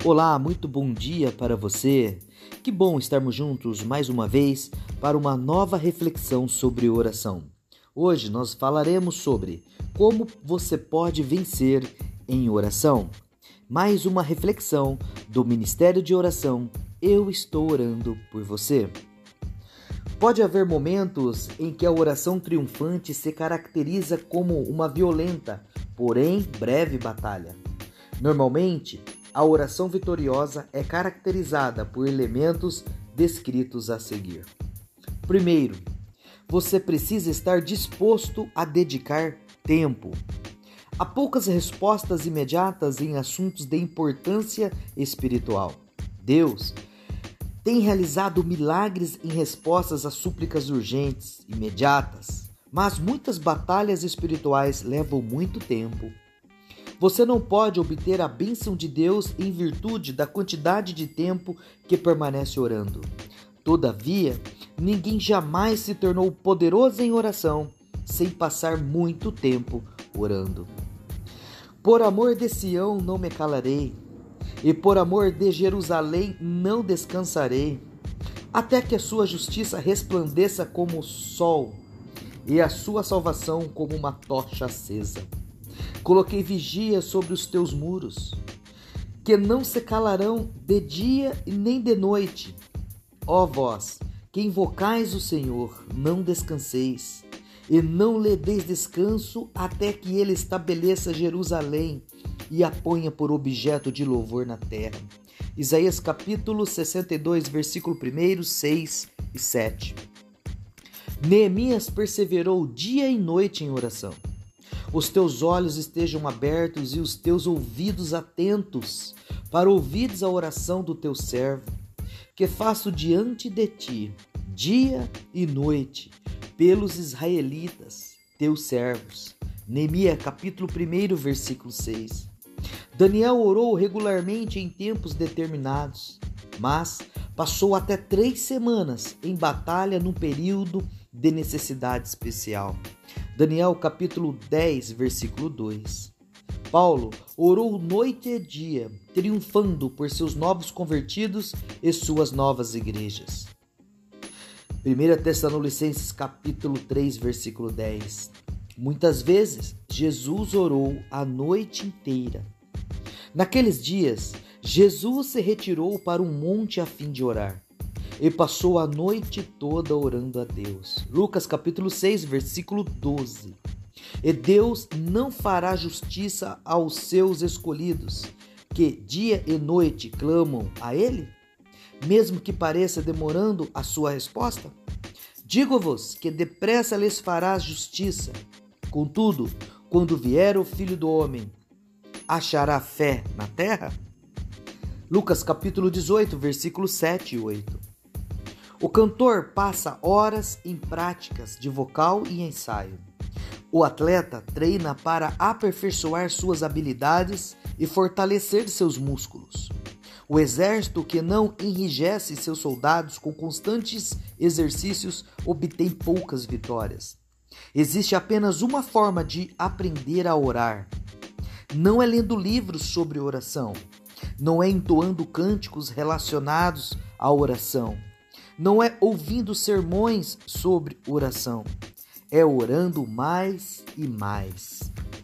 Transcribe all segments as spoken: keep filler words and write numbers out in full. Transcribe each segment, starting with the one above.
Olá, muito bom dia para você. Que bom estarmos juntos mais uma vez para uma nova reflexão sobre oração. Hoje nós falaremos sobre como você pode vencer em oração. Mais uma reflexão do Ministério de Oração. Eu estou orando por você. Pode haver momentos em que a oração triunfante se caracteriza como uma violenta, porém breve batalha. Normalmente, a oração vitoriosa é caracterizada por elementos descritos a seguir. Primeiro, você precisa estar disposto a dedicar tempo. Há poucas respostas imediatas em assuntos de importância espiritual. Deus tem realizado milagres em respostas a súplicas urgentes, imediatas, mas muitas batalhas espirituais levam muito tempo. Você não pode obter a bênção de Deus em virtude da quantidade de tempo que permanece orando. Todavia, ninguém jamais se tornou poderoso em oração sem passar muito tempo orando. Por amor de Sião não me calarei, e por amor de Jerusalém não descansarei, até que a sua justiça resplandeça como o sol e a sua salvação como uma tocha acesa. Coloquei vigia sobre os teus muros, que não se calarão de dia e nem de noite. Ó vós, que invocais o Senhor, não descanseis, e não lhe deis descanso até que ele estabeleça Jerusalém e a ponha por objeto de louvor na terra. Isaías capítulo sessenta e dois, versículo um, seis e sete. Neemias perseverou dia e noite em oração. Os teus olhos estejam abertos e os teus ouvidos atentos para ouvires a oração do teu servo, que faço diante de ti, dia e noite, pelos israelitas, teus servos. Neemias capítulo um, versículo seis. Daniel orou regularmente em tempos determinados, mas passou até três semanas em batalha num período de necessidade especial. Daniel capítulo dez, versículo dois. Paulo orou noite e dia, triunfando por seus novos convertidos e suas novas igrejas. primeira Tessalonicenses capítulo três, versículo dez. Muitas vezes Jesus orou a noite inteira. Naqueles dias, Jesus se retirou para um monte a fim de orar e passou a noite toda orando a Deus. Lucas capítulo seis, versículo doze. E Deus não fará justiça aos seus escolhidos, que dia e noite clamam a Ele, mesmo que pareça demorando a sua resposta? Digo-vos que depressa lhes fará justiça. Contudo, quando vier o Filho do Homem, achará fé na terra? Lucas capítulo dezoito, versículos sete e oito. O cantor passa horas em práticas de vocal e ensaio. O atleta treina para aperfeiçoar suas habilidades e fortalecer seus músculos. O exército que não enrijece seus soldados com constantes exercícios obtém poucas vitórias. Existe apenas uma forma de aprender a orar. Não é lendo livros sobre oração. Não é entoando cânticos relacionados à oração. Não é ouvindo sermões sobre oração. É orando mais e mais.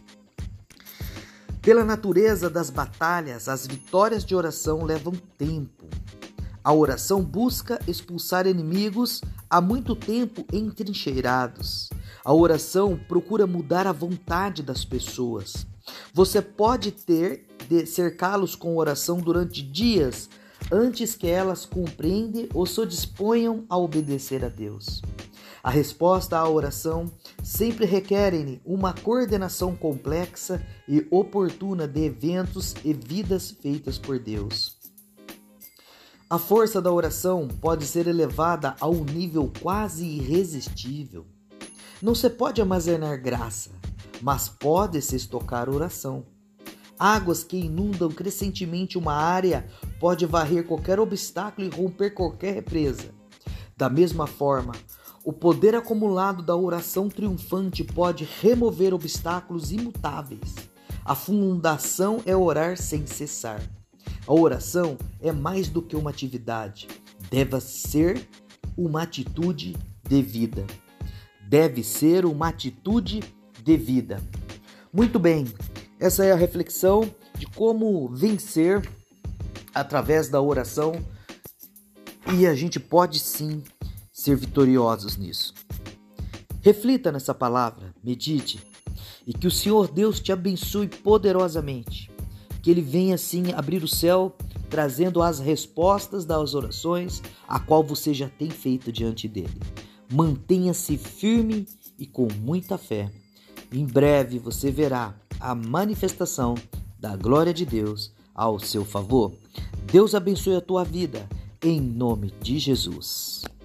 Pela natureza das batalhas, as vitórias de oração levam tempo. A oração busca expulsar inimigos há muito tempo entrincheirados. A oração procura mudar a vontade das pessoas. Você pode ter de cercá-los com oração durante dias antes que elas compreendam ou se disponham a obedecer a Deus. A resposta à oração sempre requer uma coordenação complexa e oportuna de eventos e vidas feitas por Deus. A força da oração pode ser elevada a um nível quase irresistível. Não se pode armazenar graça, mas pode-se estocar oração. Águas que inundam crescentemente uma área pode varrer qualquer obstáculo e romper qualquer represa. Da mesma forma, o poder acumulado da oração triunfante pode remover obstáculos imutáveis. A fundação é orar sem cessar. A oração é mais do que uma atividade, deve ser uma atitude de vida. Deve ser uma atitude de vida. Muito bem, essa é a reflexão de como vencer através da oração e a gente pode sim ser vitoriosos nisso. Reflita nessa palavra, medite e que o Senhor Deus te abençoe poderosamente. Que Ele venha sim abrir o céu, trazendo as respostas das orações a qual você já tem feito diante dele. Mantenha-se firme e com muita fé. Em breve você verá a manifestação da glória de Deus ao seu favor. Deus abençoe a tua vida, em nome de Jesus.